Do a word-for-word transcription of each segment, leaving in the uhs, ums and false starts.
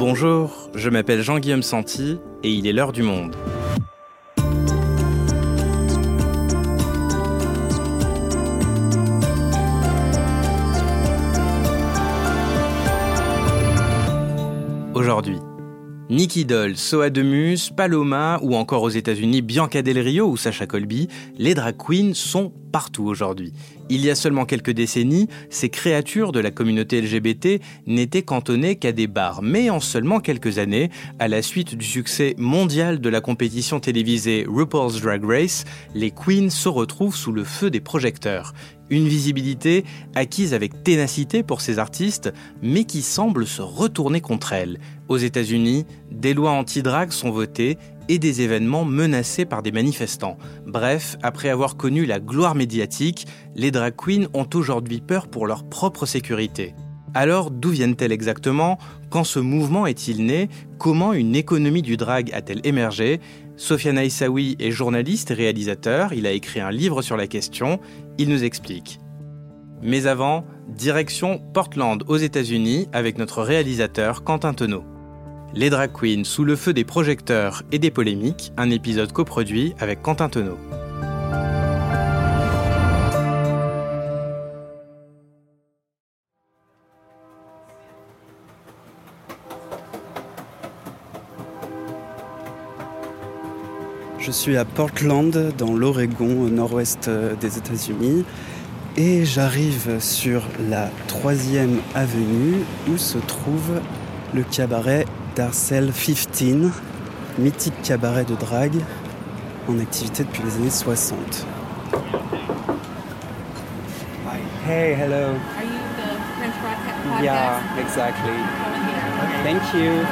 Bonjour, je m'appelle Jean-Guillaume Santi et il est l'heure du monde. Aujourd'hui, Nicky Doll, Soa Demus, Paloma ou encore aux États-Unis Bianca Del Rio ou Sasha Colby, les drag queens sont partout aujourd'hui. Il y a seulement quelques décennies, ces créatures de la communauté L G B T n'étaient cantonnées qu'à des bars. Mais en seulement quelques années, à la suite du succès mondial de la compétition télévisée RuPaul's Drag Race, les queens se retrouvent sous le feu des projecteurs. Une visibilité acquise avec ténacité pour ces artistes, mais qui semble se retourner contre elles. Aux États-Unis, des lois anti-drag sont votées et des événements menacés par des manifestants. Bref, après avoir connu la gloire médiatique, les drag queens ont aujourd'hui peur pour leur propre sécurité. Alors, d'où viennent-elles exactement ? Quand ce mouvement est-il né ? Comment une économie du drag a-t-elle émergé ? Sofiane Aissaoui est journaliste et réalisateur. Il a écrit un livre sur la question. Il nous explique. Mais avant, direction Portland aux États-Unis avec notre réalisateur Quentin Tenot. Les drag queens sous le feu des projecteurs et des polémiques, un épisode coproduit avec Quentin Tenot. Je suis à Portland, dans l'Oregon, au nord-ouest des États-Unis, et j'arrive sur la troisième avenue où se trouve le cabaret Darcel quinze, mythique cabaret de drague en activité depuis les années soixante. Hey, hello. Are you the French Podcast? Yeah, exactly. Thank you.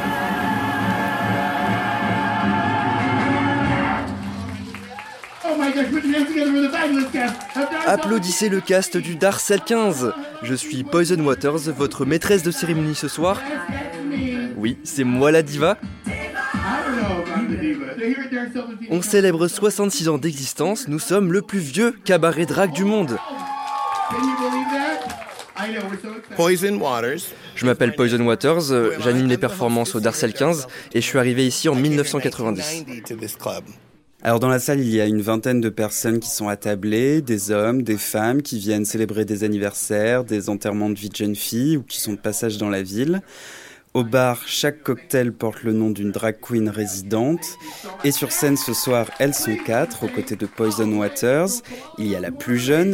Applaudissez le cast du Darcel quinze. Je suis Poison Waters, votre maîtresse de cérémonie ce soir. Oui, c'est moi la diva. On célèbre soixante-six ans d'existence, nous sommes le plus vieux cabaret drag du monde. Poison Waters. Je m'appelle Poison Waters, euh, j'anime les performances au Darcel quinze et je suis arrivé ici en dix-neuf cent quatre-vingt-dix. Alors dans la salle, il y a une vingtaine de personnes qui sont attablées, des hommes, des femmes qui viennent célébrer des anniversaires, des enterrements de vie de jeunes filles ou qui sont de passage dans la ville. Au bar, chaque cocktail porte le nom d'une drag queen résidente. Et sur scène ce soir, elles sont quatre, aux côtés de Poison Waters. Il y a la plus jeune.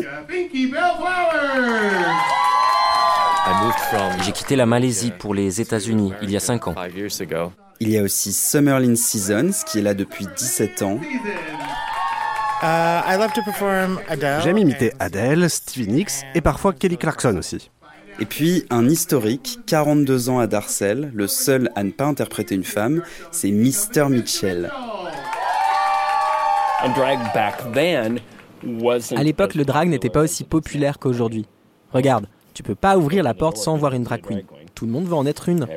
J'ai quitté la Malaisie pour les États-Unis il y a cinq ans. Il y a aussi Summerlin Seasons, qui est là depuis dix-sept ans. J'aime imiter Adele, Stevie Nicks et parfois Kelly Clarkson aussi. Et puis, un historique, quarante-deux ans à Darcel, le seul à ne pas interpréter une femme, c'est mister Mitchell. À l'époque, le drag n'était pas aussi populaire qu'aujourd'hui. Regarde, tu peux pas ouvrir la porte sans voir une drag queen. Tout le monde veut en être une.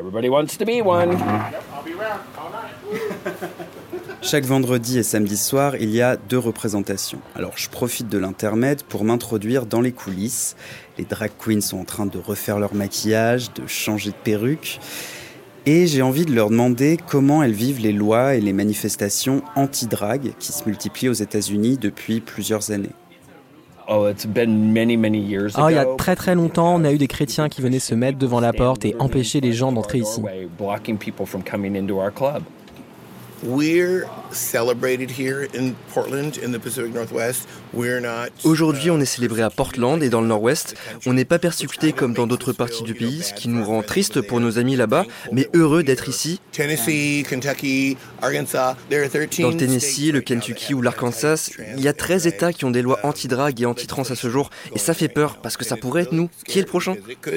Chaque vendredi et samedi soir, il y a deux représentations. Alors je profite de l'intermède pour m'introduire dans les coulisses. Les drag queens sont en train de refaire leur maquillage, de changer de perruque. Et j'ai envie de leur demander comment elles vivent les lois et les manifestations anti-drag qui se multiplient aux États-Unis depuis plusieurs années. Oh, il y a très très longtemps, on a eu des chrétiens qui venaient se mettre devant la porte et empêcher les gens d'entrer ici. Aujourd'hui, on est célébré à Portland et dans le Nord-Ouest. On n'est pas persécuté comme dans d'autres parties du pays, ce qui nous rend triste pour nos amis là-bas, mais heureux d'être ici. Dans le Tennessee, le Kentucky ou l'Arkansas, il y a treize États qui ont des lois anti-drag et anti-trans à ce jour, et ça fait peur parce que ça pourrait être nous. Qui est le prochain ?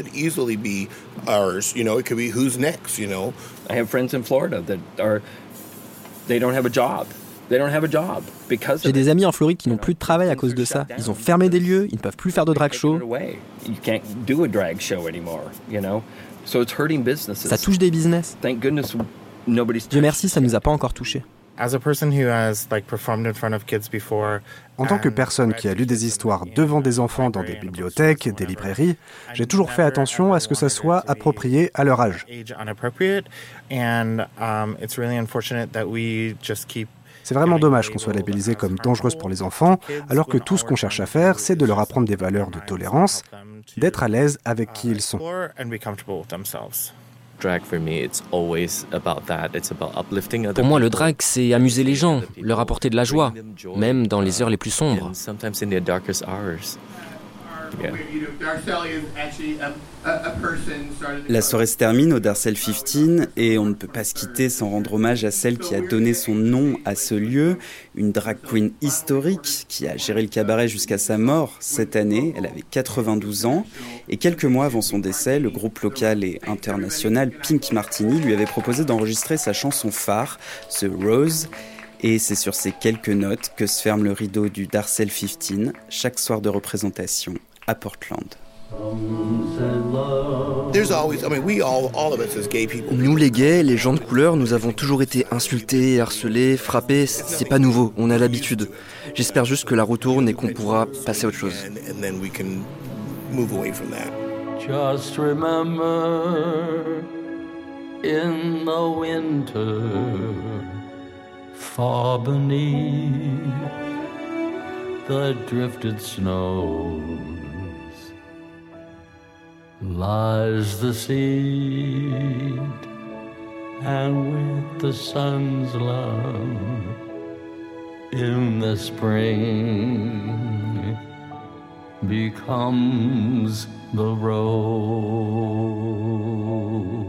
I have friends in Florida that are they don't have a job. They don't have a job because J'ai des amis en Floride qui n'ont plus de travail à cause de ça. Ils ont fermé des lieux, ils ne peuvent plus faire de drag show. You can't do a drag show anymore, you know. So it's hurting businesses. Ça touche des business. Thank goodness nobody's Dieu merci, ça nous a pas encore touchés. En tant que personne qui a lu des histoires devant des enfants dans des bibliothèques, des librairies, j'ai toujours fait attention à ce que ça soit approprié à leur âge. C'est vraiment dommage qu'on soit labellisé comme dangereuse pour les enfants, alors que tout ce qu'on cherche à faire, c'est de leur apprendre des valeurs de tolérance, d'être à l'aise avec qui ils sont. Pour moi, le drag, c'est amuser les gens, leur apporter de la joie, même dans les heures les plus sombres. La soirée se termine au Darcel quinze et on ne peut pas se quitter sans rendre hommage à celle qui a donné son nom à ce lieu, une drag queen historique qui a géré le cabaret jusqu'à sa mort cette année. Elle avait quatre-vingt-douze ans et quelques mois avant son décès, le groupe local et international Pink Martini lui avait proposé d'enregistrer sa chanson phare, The Rose. Et c'est sur ces quelques notes que se ferme le rideau du Darcel quinze, chaque soir de représentation à Portland. Nous les gays, les gens de couleur, nous avons toujours été insultés, harcelés, frappés, c'est pas nouveau, on a l'habitude. J'espère juste que la roue tourne et qu'on pourra passer à autre chose. Just remember in the winter far beneath the drifted snows lies the seed, and with the sun's love in the spring becomes the rose.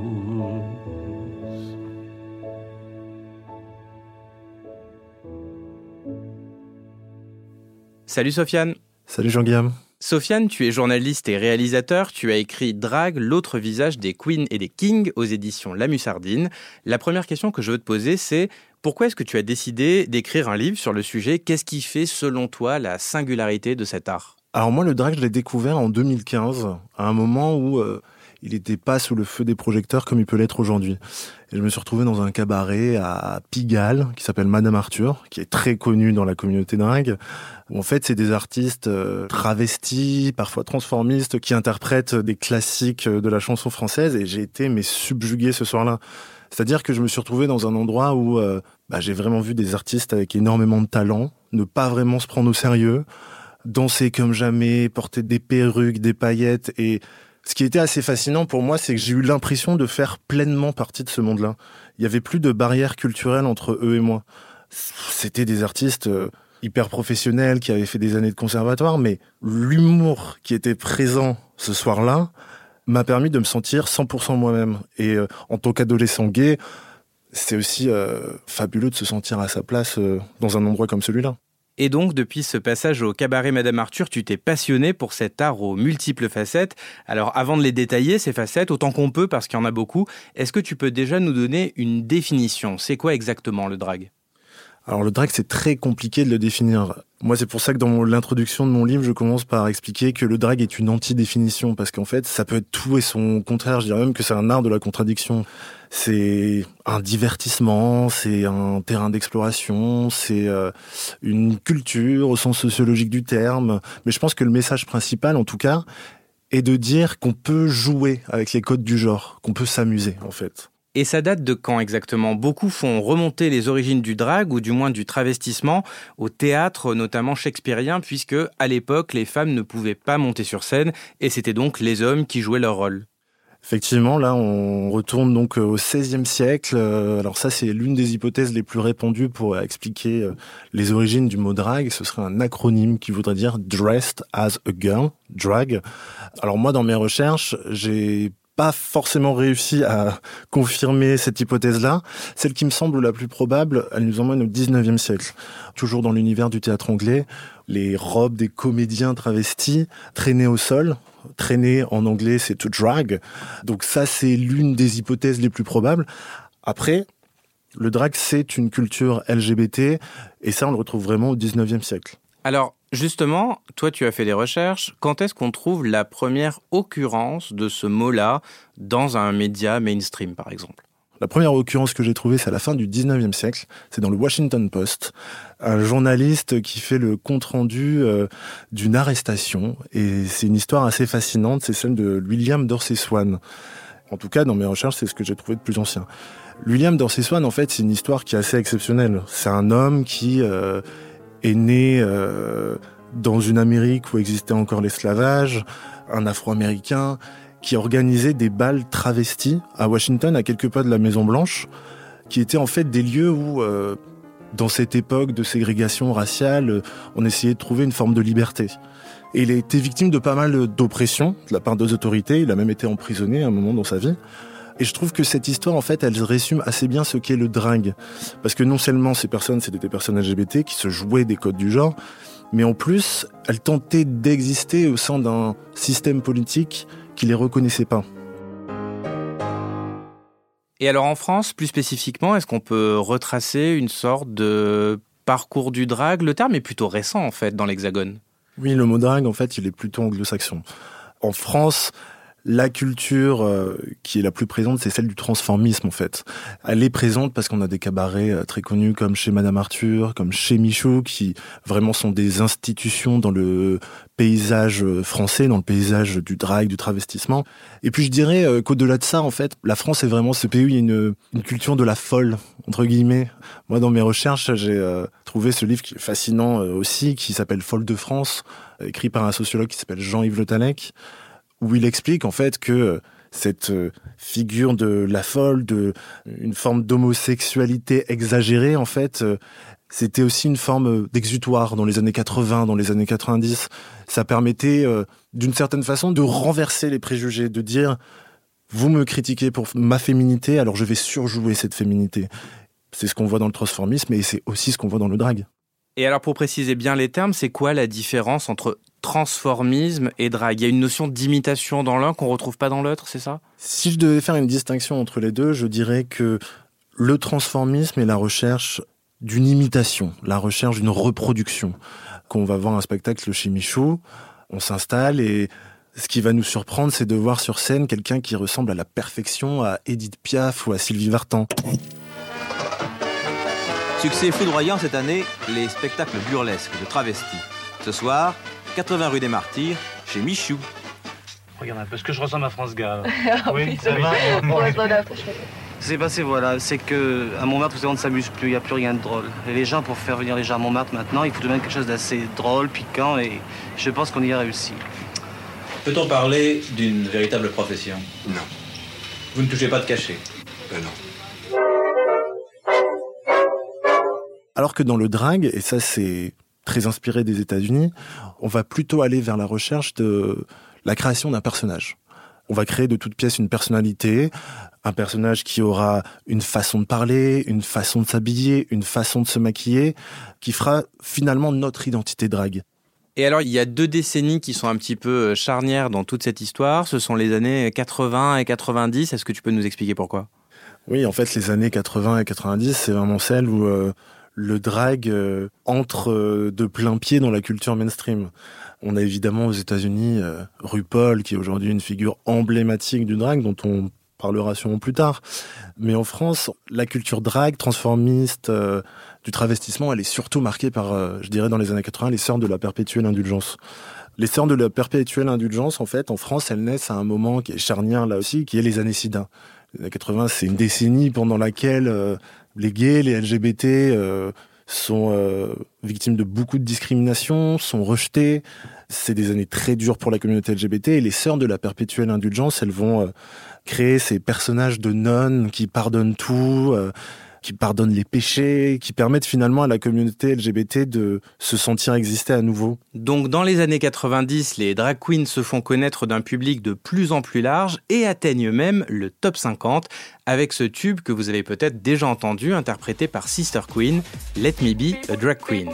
Salut Sofiane. Salut Jean-Guillaume. Sofiane, tu es journaliste et réalisateur. Tu as écrit Drag, l'autre visage des queens et des kings aux éditions La Musardine. La première question que je veux te poser, c'est pourquoi est-ce que tu as décidé d'écrire un livre sur le sujet ? Qu'est-ce qui fait, selon toi, la singularité de cet art ? Alors moi, le drag, je l'ai découvert en deux mille quinze, à un moment où euh, il n'était pas sous le feu des projecteurs comme il peut l'être aujourd'hui. Et je me suis retrouvé dans un cabaret à Pigalle, qui s'appelle Madame Arthur, qui est très connu dans la communauté drag, où en fait, c'est des artistes euh, travestis, parfois transformistes, qui interprètent des classiques de la chanson française, et j'ai été mais subjugué ce soir-là. C'est-à-dire que je me suis retrouvé dans un endroit où euh, bah, j'ai vraiment vu des artistes avec énormément de talent, ne pas vraiment se prendre au sérieux, danser comme jamais, porter des perruques, des paillettes. Et ce qui était assez fascinant pour moi, c'est que j'ai eu l'impression de faire pleinement partie de ce monde-là. Il n'y avait plus de barrière culturelle entre eux et moi. C'était des artistes hyper professionnels qui avaient fait des années de conservatoire, mais l'humour qui était présent ce soir-là m'a permis de me sentir cent pour cent moi-même. Et euh, en tant qu'adolescent gay, c'est aussi euh, fabuleux de se sentir à sa place euh, dans un endroit comme celui-là. Et donc, depuis ce passage au cabaret Madame Arthur, tu t'es passionné pour cet art aux multiples facettes. Alors, avant de les détailler, ces facettes, autant qu'on peut, parce qu'il y en a beaucoup, est-ce que tu peux déjà nous donner une définition ? C'est quoi exactement le drag ? Alors, le drag, c'est très compliqué de le définir. Moi, c'est pour ça que dans mon, l'introduction de mon livre, je commence par expliquer que le drag est une anti-définition, parce qu'en fait, ça peut être tout et son contraire. Je dirais même que c'est un art de la contradiction. C'est un divertissement, c'est un terrain d'exploration, c'est euh, une culture au sens sociologique du terme. Mais je pense que le message principal, en tout cas, est de dire qu'on peut jouer avec les codes du genre, qu'on peut s'amuser, en fait. Et ça date de quand exactement ? Beaucoup font remonter les origines du drag, ou du moins du travestissement, au théâtre, notamment shakespearien, puisque, à l'époque, les femmes ne pouvaient pas monter sur scène, et c'était donc les hommes qui jouaient leur rôle. Effectivement, là, on retourne donc au seizième siècle. Alors ça, c'est l'une des hypothèses les plus répandues pour expliquer les origines du mot drag. Ce serait un acronyme qui voudrait dire « dressed as a girl », drag. Alors moi, dans mes recherches, j'ai pas forcément réussi à confirmer cette hypothèse-là. Celle qui me semble la plus probable, elle nous emmène au dix-neuvième siècle. Toujours dans l'univers du théâtre anglais, les robes des comédiens travestis traînaient au sol. Traîner en anglais, c'est to drag. Donc ça, c'est l'une des hypothèses les plus probables. Après, le drag, c'est une culture L G B T, et ça, on le retrouve vraiment au dix-neuvième siècle. Alors, justement, toi, tu as fait des recherches. Quand est-ce qu'on trouve la première occurrence de ce mot-là dans un média mainstream, par exemple ? La première occurrence que j'ai trouvée, c'est à la fin du dix-neuvième siècle. C'est dans le Washington Post. Un journaliste qui fait le compte-rendu euh, d'une arrestation. Et c'est une histoire assez fascinante. C'est celle de William Dorsey Swann. En tout cas, dans mes recherches, c'est ce que j'ai trouvé de plus ancien. William Dorsey Swann, en fait, c'est une histoire qui est assez exceptionnelle. C'est un homme qui euh, est né euh, dans une Amérique où existait encore l'esclavage, un Afro-Américain qui organisait des bals travestis à Washington, à quelques pas de la Maison-Blanche, qui étaient en fait des lieux où, euh, dans cette époque de ségrégation raciale, on essayait de trouver une forme de liberté. Et il a été victime de pas mal d'oppression de la part des autorités. Il a même été emprisonné à un moment dans sa vie. Et je trouve que cette histoire, en fait, elle résume assez bien ce qu'est le drag. Parce que non seulement ces personnes, c'était des personnes L G B T qui se jouaient des codes du genre, mais en plus, elles tentaient d'exister au sein d'un système politique qui les reconnaissait pas. Et alors en France, plus spécifiquement, est-ce qu'on peut retracer une sorte de parcours du drag ? Le terme est plutôt récent, en fait, dans l'Hexagone. Oui, le mot drag, en fait, il est plutôt anglo-saxon. En France, la culture euh, qui est la plus présente, c'est celle du transformisme, en fait. Elle est présente parce qu'on a des cabarets euh, très connus comme chez Madame Arthur, comme chez Michaud, qui vraiment sont des institutions dans le paysage français, dans le paysage du drag, du travestissement. Et puis je dirais euh, qu'au-delà de ça, en fait, la France est vraiment ce pays où il y a une, une culture de la folle, entre guillemets. Moi, dans mes recherches, j'ai euh, trouvé ce livre qui est fascinant euh, aussi, qui s'appelle Folle de France, euh, écrit par un sociologue qui s'appelle Jean-Yves Le Tallec, où il explique en fait que cette figure de la folle, de une forme d'homosexualité exagérée, en fait, c'était aussi une forme d'exutoire dans les années quatre-vingts, dans les années quatre-vingt-dix. Ça permettait, d'une certaine façon, de renverser les préjugés, de dire « vous me critiquez pour ma féminité, alors je vais surjouer cette féminité ». C'est ce qu'on voit dans le transformisme et c'est aussi ce qu'on voit dans le drag. Et alors, pour préciser bien les termes, c'est quoi la différence entre transformisme et drag ? Il y a une notion d'imitation dans l'un qu'on ne retrouve pas dans l'autre, c'est ça ? Si je devais faire une distinction entre les deux, je dirais que le transformisme est la recherche d'une imitation, la recherche d'une reproduction. Quand on va voir un spectacle chez Michaud, on s'installe et ce qui va nous surprendre, c'est de voir sur scène quelqu'un qui ressemble à la perfection à Édith Piaf ou à Sylvie Vartan. Succès foudroyant cette année, les spectacles burlesques de travestis. Ce soir, quatre-vingts rue des Martyrs, chez Michou. Regarde un peu ce que je ressemble à France Gall. Oui, ça va. C'est passé, voilà, c'est que à Montmartre, vous savez, on ne s'amuse plus, il n'y a plus rien de drôle. Et les gens, pour faire venir les gens à Montmartre maintenant, il faut même quelque chose d'assez drôle, piquant, et je pense qu'on y a réussi. Peut-on parler d'une véritable profession ? Non. Vous ne touchez pas de cachet ? Ben non. Alors que dans le drag, et ça c'est très inspiré des États-Unis, on va plutôt aller vers la recherche de la création d'un personnage. On va créer de toute pièce une personnalité, un personnage qui aura une façon de parler, une façon de s'habiller, une façon de se maquiller, qui fera finalement notre identité drag. Et alors, il y a deux décennies qui sont un petit peu charnières dans toute cette histoire. Ce sont les années quatre-vingts et quatre-vingt-dix. Est-ce que tu peux nous expliquer pourquoi ? Oui, en fait, les années quatre-vingts et quatre-vingt-dix, c'est vraiment celles où euh, le drag euh, entre euh, de plein pied dans la culture mainstream. On a évidemment aux États-Unis euh, RuPaul, qui est aujourd'hui une figure emblématique du drag, dont on parlera sûrement plus tard. Mais en France, la culture drag, transformiste, euh, du travestissement, elle est surtout marquée par, euh, je dirais, dans les années quatre-vingts, les Sœurs de la Perpétuelle Indulgence. Les Sœurs de la Perpétuelle Indulgence, en fait, en France, elles naissent à un moment qui est charnière, là aussi, qui est les années SIDA. Les années quatre-vingts, c'est une décennie pendant laquelle euh, les gays, les L G B T euh, sont euh, victimes de beaucoup de discrimination, sont rejetés. C'est des années très dures pour la communauté L G B T. Et les Sœurs de la Perpétuelle Indulgence, elles vont euh, créer ces personnages de nonnes qui pardonnent tout, euh, qui pardonnent les péchés, qui permettent finalement à la communauté L G B T de se sentir exister à nouveau. Donc dans les années quatre-vingt-dix, les drag queens se font connaître d'un public de plus en plus large et atteignent même le top cinquante avec ce tube que vous avez peut-être déjà entendu, interprété par Sister Queen, Let Me Be a Drag Queen.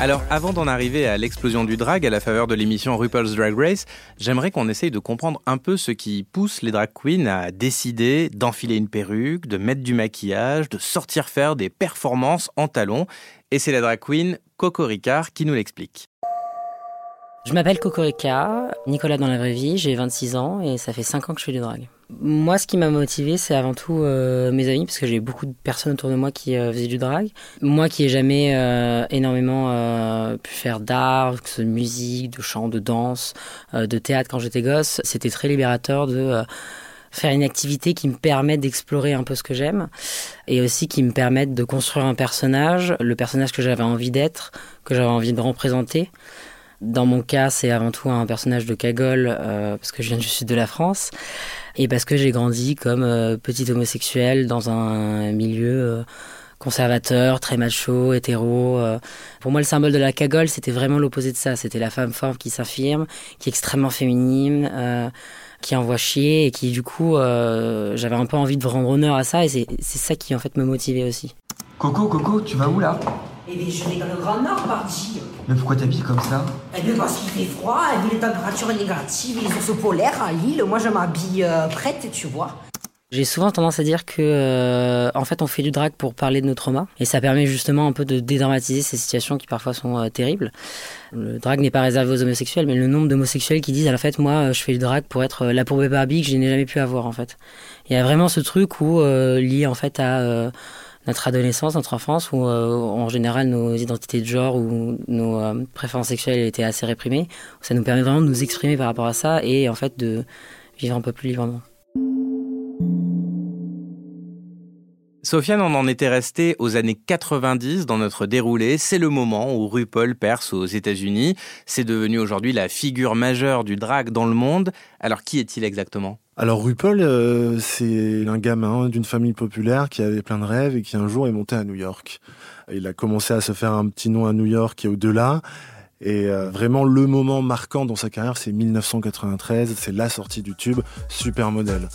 Alors, avant d'en arriver à l'explosion du drag à la faveur de l'émission RuPaul's Drag Race, j'aimerais qu'on essaye de comprendre un peu ce qui pousse les drag queens à décider d'enfiler une perruque, de mettre du maquillage, de sortir faire des performances en talons. Et c'est la drag queen Coco Ricard qui nous l'explique. Je m'appelle Coco Ricard, Nicolas dans la vraie vie, j'ai vingt-six ans et ça fait cinq ans que je fais du drag. Moi, ce qui m'a motivée, c'est avant tout euh, mes amis, parce que j'ai beaucoup de personnes autour de moi qui euh, faisaient du drag. Moi qui ai jamais euh, énormément euh, pu faire d'art, que ce soit de musique, de chant, de danse, euh, de théâtre quand j'étais gosse, c'était très libérateur de euh, faire une activité qui me permette d'explorer un peu ce que j'aime et aussi qui me permette de construire un personnage, le personnage que j'avais envie d'être, que j'avais envie de représenter. Dans mon cas, c'est avant tout un personnage de cagole, euh, parce que je viens du sud de la France, et parce que j'ai grandi comme euh, petite homosexuelle dans un milieu euh, conservateur, très macho, hétéro. Euh. Pour moi, le symbole de la cagole, c'était vraiment l'opposé de ça. C'était la femme forte qui s'affirme, qui est extrêmement féminine, euh, qui envoie chier, et qui, du coup, euh, j'avais un peu envie de rendre honneur à ça, et c'est, c'est ça qui, en fait, me motivait aussi. Coco, Coco, tu vas où, là ? Eh bien, je vais dans le Grand Nord, Bardi. Mais pourquoi t'habilles comme ça ? Eh bien, parce qu'il fait froid, et puis les températures négatives, les ours polaires à Lille. Moi, je m'habille euh, prête, tu vois. J'ai souvent tendance à dire que, euh, en fait, on fait du drag pour parler de nos traumas. Et ça permet justement un peu de dédramatiser ces situations qui parfois sont euh, terribles. Le drag n'est pas réservé aux homosexuels, mais le nombre d'homosexuels qui disent, en fait, moi, je fais du drag pour être euh, la pourbée Barbie que je n'ai jamais pu avoir, en fait. Il y a vraiment ce truc où, euh, lié, en fait, à... Euh, notre adolescence, notre enfance, où euh, en général nos identités de genre ou nos euh, préférences sexuelles étaient assez réprimées. Ça nous permet vraiment de nous exprimer par rapport à ça et en fait de vivre un peu plus librement. Sofiane, on en était resté aux années quatre-vingt-dix dans notre déroulé. C'est le moment où RuPaul perce aux États-Unis. C'est devenu aujourd'hui la figure majeure du drag dans le monde. Alors, qui est-il exactement ? Alors RuPaul, euh, c'est un gamin d'une famille populaire qui avait plein de rêves et qui un jour est monté à New York. Il a commencé à se faire un petit nom à New York et au-delà. Et euh, vraiment, le moment marquant dans sa carrière, c'est dix-neuf cent quatre-vingt-treize. C'est la sortie du tube Supermodel.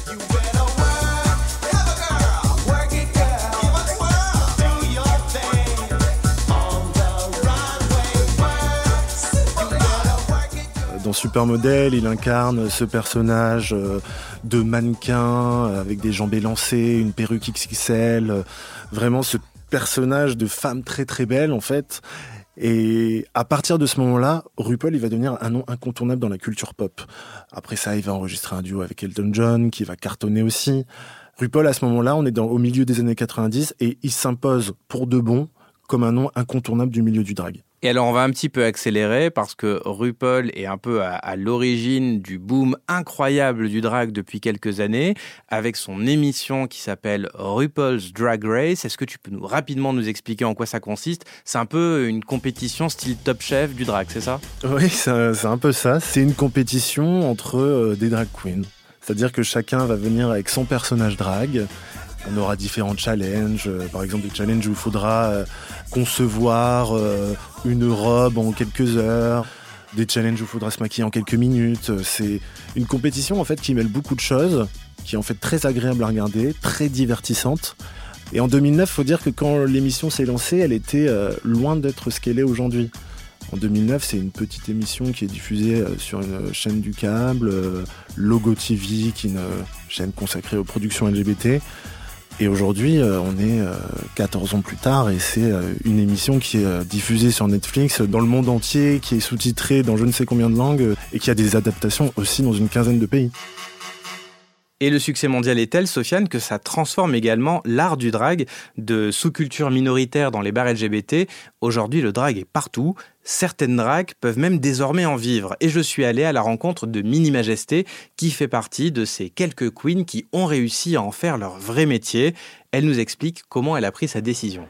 Dans Supermodel, il incarne ce personnage de mannequin avec des jambes élancées, une perruque X X L, vraiment ce personnage de femme très très belle en fait. Et à partir de ce moment-là, RuPaul il va devenir un nom incontournable dans la culture pop. Après ça, il va enregistrer un duo avec Elton John qui va cartonner aussi. RuPaul à ce moment-là, on est dans, au milieu des années quatre-vingt-dix et il s'impose pour de bon comme un nom incontournable du milieu du drag. Et alors, on va un petit peu accélérer parce que RuPaul est un peu à, à l'origine du boom incroyable du drag depuis quelques années avec son émission qui s'appelle RuPaul's Drag Race. Est-ce que tu peux nous, rapidement nous expliquer en quoi ça consiste ? C'est un peu une compétition style Top Chef du drag, c'est ça ? Oui, c'est, c'est un peu ça. C'est une compétition entre euh, des drag queens. C'est-à-dire que chacun va venir avec son personnage drag. On aura différents challenges, euh, par exemple des challenges où il faudra euh, concevoir euh, une robe en quelques heures, des challenges où il faudra se maquiller en quelques minutes. C'est une compétition en fait qui mêle beaucoup de choses, qui est en fait très agréable à regarder, très divertissante. Et en deux mille neuf, il faut dire que quand l'émission s'est lancée, elle était euh, loin d'être ce qu'elle est aujourd'hui. En deux mille neuf, c'est une petite émission qui est diffusée euh, sur une chaîne du câble, euh, Logo T V, qui est une euh, chaîne consacrée aux productions L G B T. Et aujourd'hui, euh, on est euh, quatorze ans plus tard et c'est euh, une émission qui est euh, diffusée sur Netflix dans le monde entier, qui est sous-titrée dans je ne sais combien de langues euh, et qui a des adaptations aussi dans une quinzaine de pays. Et le succès mondial est tel, Sofiane, que ça transforme également l'art du drag de sous-culture minoritaire dans les bars L G B T. Aujourd'hui, le drag est partout. Certaines drags peuvent même désormais en vivre. Et je suis allé à la rencontre de Mini Majesté, qui fait partie de ces quelques queens qui ont réussi à en faire leur vrai métier. Elle nous explique comment elle a pris sa décision.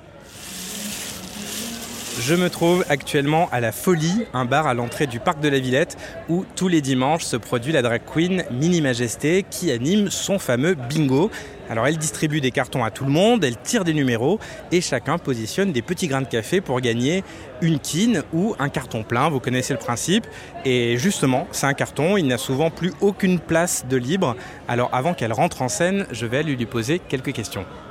Je me trouve actuellement à La Folie, un bar à l'entrée du parc de la Villette, où tous les dimanches se produit la drag queen Mini Majesté qui anime son fameux bingo. Alors elle distribue des cartons à tout le monde, elle tire des numéros et chacun positionne des petits grains de café pour gagner une quine ou un carton plein, vous connaissez le principe. Et justement, c'est un carton, il n'a souvent plus aucune place de libre. Alors avant qu'elle rentre en scène, je vais aller lui poser quelques questions.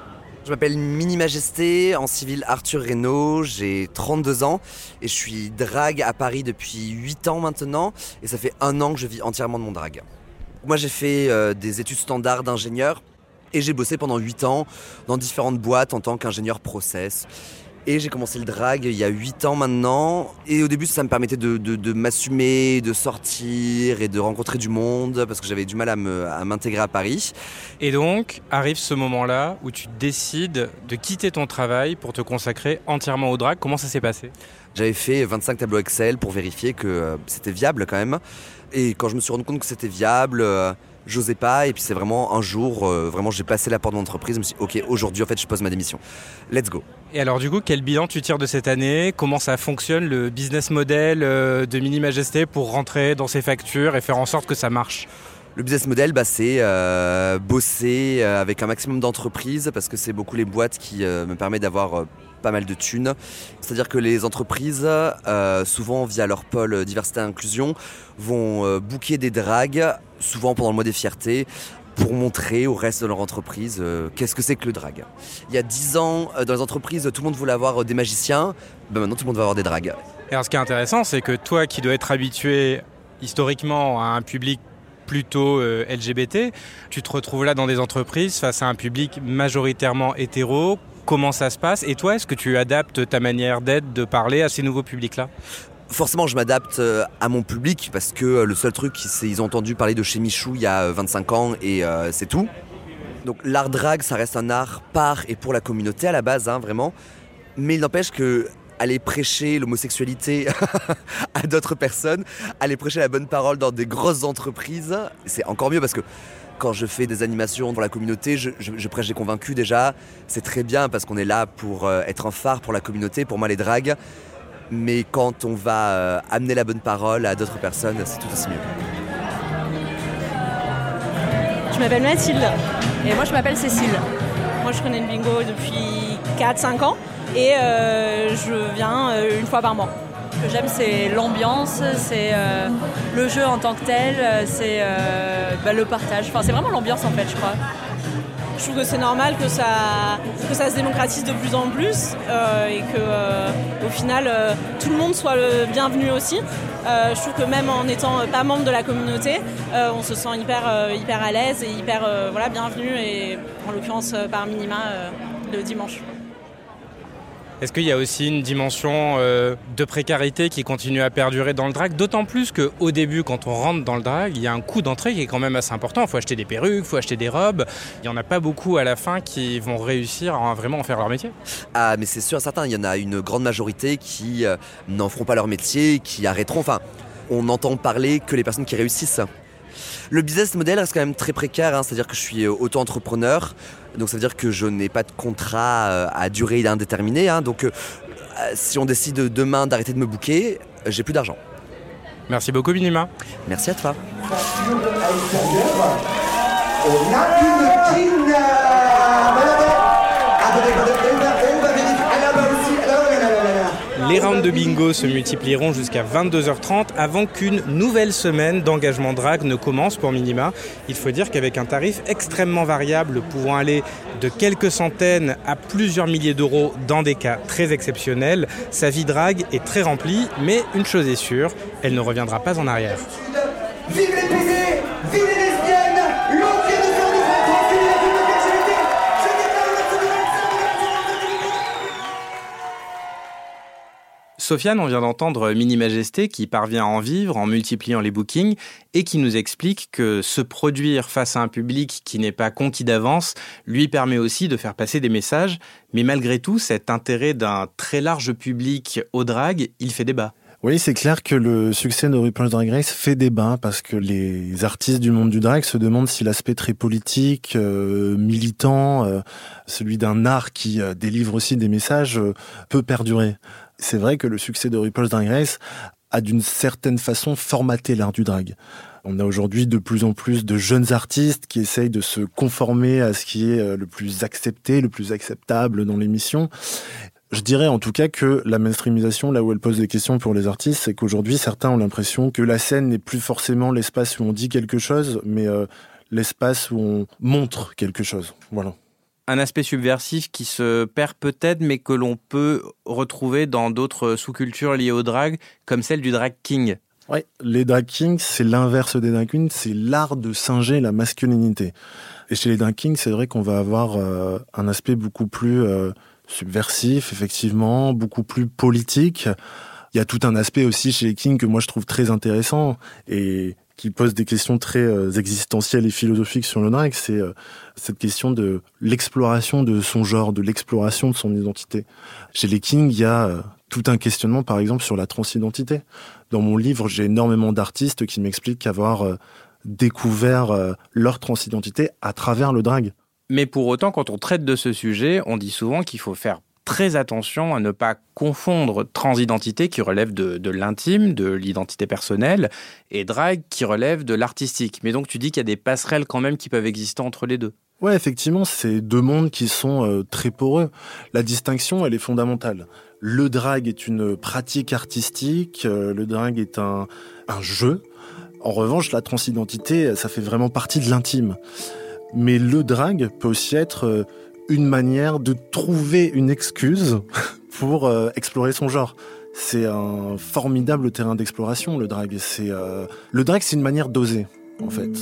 Je m'appelle Mini Majesté, en civil Arthur Reynaud, j'ai trente-deux ans et je suis drague à Paris depuis huit ans maintenant et ça fait un an que je vis entièrement de mon drague. Moi j'ai fait euh, des études standards d'ingénieur et j'ai bossé pendant huit ans dans différentes boîtes en tant qu'ingénieur process. Et j'ai commencé le drag il y a huit ans maintenant. Et au début, ça me permettait de, de, de m'assumer, de sortir et de rencontrer du monde parce que j'avais du mal à, me, à m'intégrer à Paris. Et donc, arrive ce moment-là où tu décides de quitter ton travail pour te consacrer entièrement au drag. Comment ça s'est passé ? J'avais fait vingt-cinq tableaux Excel pour vérifier que euh, c'était viable quand même. Et quand je me suis rendu compte que c'était viable... Euh, j'osais pas et puis c'est vraiment un jour, euh, vraiment j'ai passé la porte de mon entreprise, je me suis dit ok, aujourd'hui en fait je pose ma démission. Let's go. Et alors du coup, quel bilan tu tires de cette année ? Comment ça fonctionne le business model euh, de Mini Majesté pour rentrer dans ses factures et faire en sorte que ça marche ? Le business model, bah, c'est euh, bosser euh, avec un maximum d'entreprises parce que c'est beaucoup les boîtes qui euh, me permettent d'avoir euh, pas mal de thunes. C'est-à-dire que les entreprises, euh, souvent via leur pôle diversité et inclusion, vont euh, booker des drags, souvent pendant le mois des fiertés, pour montrer au reste de leur entreprise euh, qu'est-ce que c'est que le drag. Il y a dix ans, euh, dans les entreprises, tout le monde voulait avoir des magiciens. Ben maintenant, tout le monde va avoir des drags. Et alors, ce qui est intéressant, c'est que toi qui dois être habitué historiquement à un public plutôt euh, L G B T, tu te retrouves là dans des entreprises face à un public majoritairement hétéro. Comment ça se passe ? Et toi, est-ce que tu adaptes ta manière d'être, de parler à ces nouveaux publics-là ? Forcément, je m'adapte à mon public parce que le seul truc, c'est qu'ils ont entendu parler de chez Michou il y a vingt-cinq ans et euh, c'est tout. Donc l'art drag, ça reste un art par et pour la communauté à la base, hein, vraiment. Mais il n'empêche que aller prêcher l'homosexualité à d'autres personnes, aller prêcher la bonne parole dans des grosses entreprises, c'est encore mieux parce que quand je fais des animations pour la communauté, je, je, je prêche des convaincus déjà. C'est très bien parce qu'on est là pour euh, être un phare pour la communauté, pour moi les drags. Mais quand on va euh, amener la bonne parole à d'autres personnes, c'est tout aussi mieux. Je m'appelle Mathilde et moi je m'appelle Cécile. Moi je connais le bingo depuis quatre cinq ans et euh, je viens euh, une fois par mois. Ce que j'aime, c'est l'ambiance, c'est euh, le jeu en tant que tel, c'est euh, bah, le partage. Enfin, c'est vraiment l'ambiance en fait, je crois. Je trouve que c'est normal que ça, que ça se démocratise de plus en plus euh, et que, euh, au final, euh, tout le monde soit le bienvenu aussi. Euh, je trouve que même en n'étant pas membre de la communauté, euh, on se sent hyper, euh, hyper à l'aise et hyper euh, voilà, bienvenu, et en l'occurrence par minima euh, le dimanche. Est-ce qu'il y a aussi une dimension euh, de précarité qui continue à perdurer dans le drag ? D'autant plus qu'au début, quand on rentre dans le drag, il y a un coût d'entrée qui est quand même assez important. Il faut acheter des perruques, il faut acheter des robes. Il n'y en a pas beaucoup à la fin qui vont réussir à vraiment en faire leur métier. Ah, mais c'est sûr et certain, il y en a une grande majorité qui euh, n'en feront pas leur métier, qui arrêteront. Enfin, on n'entend parler que les personnes qui réussissent. Le business model reste quand même très précaire, hein, c'est-à-dire que je suis auto-entrepreneur, donc ça veut dire que je n'ai pas de contrat à durée indéterminée, hein, donc euh, si on décide demain d'arrêter de me booker, j'ai plus d'argent. Merci beaucoup Minima. Merci à toi. On a une king. Les rounds de bingo se multiplieront jusqu'à vingt-deux heures trente avant qu'une nouvelle semaine d'engagement drag ne commence pour Minima. Il faut dire qu'avec un tarif extrêmement variable, pouvant aller de quelques centaines à plusieurs milliers d'euros dans des cas très exceptionnels, sa vie drag est très remplie, mais une chose est sûre, elle ne reviendra pas en arrière. Vive les baisers, vive les lesbiennes, l'entier de faire de France, vive la communauté L G B T. Sofiane, on vient d'entendre Mini Majesté qui parvient à en vivre en multipliant les bookings et qui nous explique que se produire face à un public qui n'est pas conquis d'avance lui permet aussi de faire passer des messages. Mais malgré tout, cet intérêt d'un très large public au drag, il fait débat. Oui, c'est clair que le succès de RuPaul's Drag Race fait débat parce que les artistes du monde du drag se demandent si l'aspect très politique, euh, militant, euh, celui d'un art qui euh, délivre aussi des messages, euh, peut perdurer. C'est vrai que le succès de RuPaul's Drag Race a d'une certaine façon formaté l'art du drag. On a aujourd'hui de plus en plus de jeunes artistes qui essayent de se conformer à ce qui est le plus accepté, le plus acceptable dans l'émission. Je dirais en tout cas que la mainstreamisation, là où elle pose des questions pour les artistes, c'est qu'aujourd'hui, certains ont l'impression que la scène n'est plus forcément l'espace où on dit quelque chose, mais euh, l'espace où on montre quelque chose. Voilà. Un aspect subversif qui se perd peut-être, mais que l'on peut retrouver dans d'autres sous-cultures liées au drag, comme celle du drag king. Oui, les drag kings, c'est l'inverse des drag queens, c'est l'art de singer la masculinité. Et chez les drag kings, c'est vrai qu'on va avoir euh, un aspect beaucoup plus euh, subversif, effectivement, beaucoup plus politique. Il y a tout un aspect aussi chez les kings que moi je trouve très intéressant et qui pose des questions très euh, existentielles et philosophiques sur le drag. C'est euh, cette question de l'exploration de son genre, de l'exploration de son identité. Chez les kings, il y a euh, tout un questionnement, par exemple, sur la transidentité. Dans mon livre, j'ai énormément d'artistes qui m'expliquent qu'avoir euh, découvert euh, leur transidentité à travers le drag. Mais pour autant, quand on traite de ce sujet, on dit souvent qu'il faut faire très attention à ne pas confondre transidentité qui relève de, de l'intime, de l'identité personnelle, et drag qui relève de l'artistique. Mais donc tu dis qu'il y a des passerelles quand même qui peuvent exister entre les deux. Ouais, effectivement, c'est deux mondes qui sont euh, très poreux. La distinction, elle est fondamentale. Le drag est une pratique artistique, euh, le drag est un, un jeu. En revanche, la transidentité, ça fait vraiment partie de l'intime. Mais le drag peut aussi être euh, une manière de trouver une excuse pour euh, explorer son genre. C'est un formidable terrain d'exploration, le drag. C'est, euh... Le drag, c'est une manière d'oser, en fait.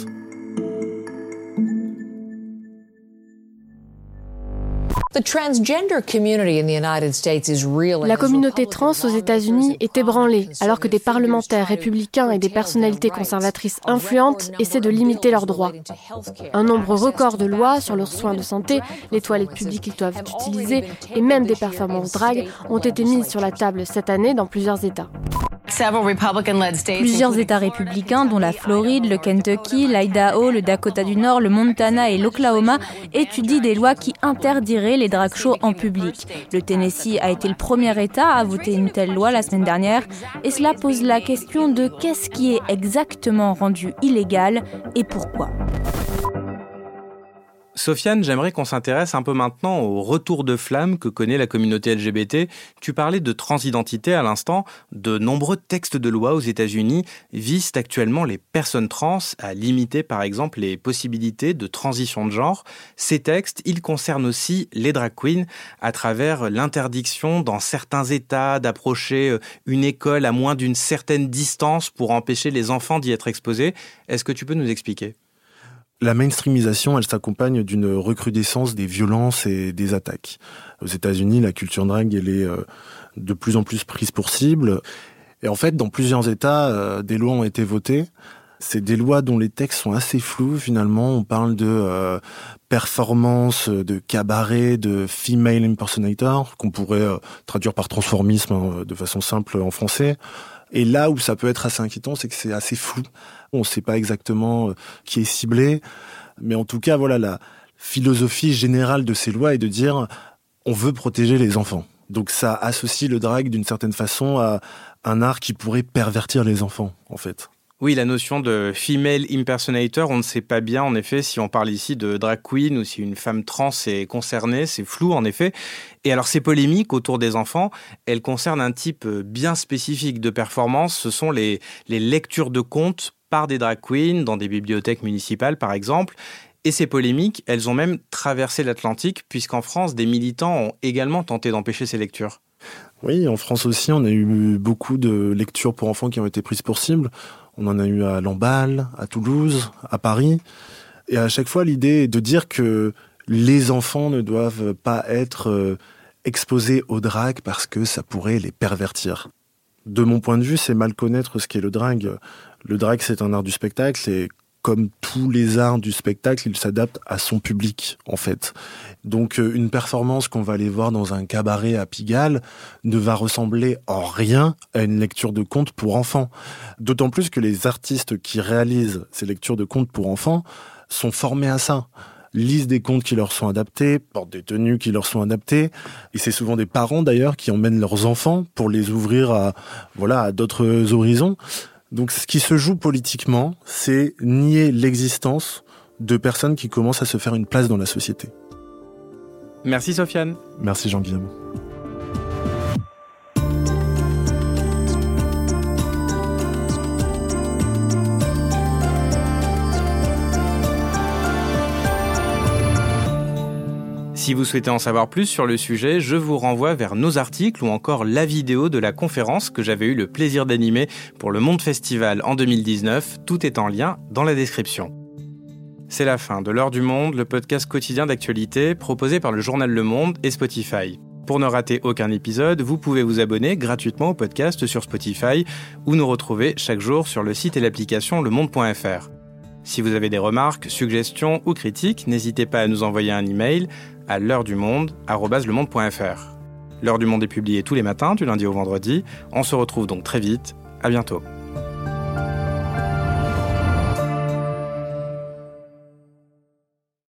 La communauté trans aux États-Unis est ébranlée, alors que des parlementaires républicains et des personnalités conservatrices influentes essaient de limiter leurs droits. Un nombre record de lois sur leurs soins de santé, les toilettes publiques qu'ils doivent utiliser et même des performances drag ont été mises sur la table cette année dans plusieurs États. Plusieurs États républicains, dont la Floride, le Kentucky, l'Idaho, le Dakota du Nord, le Montana et l'Oklahoma, étudient des lois qui interdiraient les drag shows en public. Le Tennessee a été le premier État à voter une telle loi la semaine dernière, et cela pose la question de qu'est-ce qui est exactement rendu illégal et pourquoi. Sofiane, j'aimerais qu'on s'intéresse un peu maintenant au retour de flamme que connaît la communauté L G B T. Tu parlais de transidentité à l'instant. De nombreux textes de loi aux États-Unis visent actuellement les personnes trans à limiter par exemple les possibilités de transition de genre. Ces textes, ils concernent aussi les drag queens à travers l'interdiction dans certains États d'approcher une école à moins d'une certaine distance pour empêcher les enfants d'y être exposés. Est-ce que tu peux nous expliquer ? La mainstreamisation, elle s'accompagne d'une recrudescence des violences et des attaques. Aux États-Unis, la culture drag, elle est de plus en plus prise pour cible. Et en fait, dans plusieurs États, des lois ont été votées. C'est des lois dont les textes sont assez flous, finalement. On parle de euh, performance, de cabaret, de female impersonator, qu'on pourrait euh, traduire par transformisme hein, de façon simple en français. Et là où ça peut être assez inquiétant, c'est que c'est assez flou. On ne sait pas exactement qui est ciblé. Mais en tout cas, voilà, la philosophie générale de ces lois est de dire on veut protéger les enfants. Donc ça associe le drag d'une certaine façon à un art qui pourrait pervertir les enfants, en fait. Oui, la notion de female impersonator, on ne sait pas bien en effet si on parle ici de drag queen ou si une femme trans est concernée, c'est flou en effet. Et alors ces polémiques autour des enfants, elles concernent un type bien spécifique de performance, ce sont les, les lectures de contes par des drag queens dans des bibliothèques municipales par exemple. Et ces polémiques, elles ont même traversé l'Atlantique puisqu'en France, des militants ont également tenté d'empêcher ces lectures. Oui, en France aussi, on a eu beaucoup de lectures pour enfants qui ont été prises pour cible. On en a eu à Lamballe, à Toulouse, à Paris. Et à chaque fois, l'idée est de dire que les enfants ne doivent pas être exposés au drag parce que ça pourrait les pervertir. De mon point de vue, c'est mal connaître ce qu'est le drag. Le drag, c'est un art du spectacle et comme tous les arts du spectacle, il s'adapte à son public, en fait. Donc, une performance qu'on va aller voir dans un cabaret à Pigalle ne va ressembler en rien à une lecture de contes pour enfants. D'autant plus que les artistes qui réalisent ces lectures de contes pour enfants sont formés à ça. Lisent des contes qui leur sont adaptés, portent des tenues qui leur sont adaptées. Et c'est souvent des parents, d'ailleurs, qui emmènent leurs enfants pour les ouvrir à, voilà, à d'autres horizons. Donc ce qui se joue politiquement, c'est nier l'existence de personnes qui commencent à se faire une place dans la société. Merci Sofiane. Merci Jean-Guillaume. Si Si vous souhaitez en savoir plus sur le sujet, je vous renvoie vers nos articles ou encore la vidéo de la conférence que j'avais eu le plaisir d'animer pour le Monde Festival en deux mille dix-neuf. Tout est en lien dans la description. C'est la fin de L'Heure du Monde, le podcast quotidien d'actualité proposé par le journal Le Monde et Spotify. Pour ne rater aucun épisode, vous pouvez vous abonner gratuitement au podcast sur Spotify ou nous retrouver chaque jour sur le site et l'application le monde point f r. Si vous avez des remarques, suggestions ou critiques, n'hésitez pas à nous envoyer un email à l'heure du monde arobase le monde point f r. L'Heure du Monde est publiée tous les matins, du lundi au vendredi. On se retrouve donc très vite. À bientôt.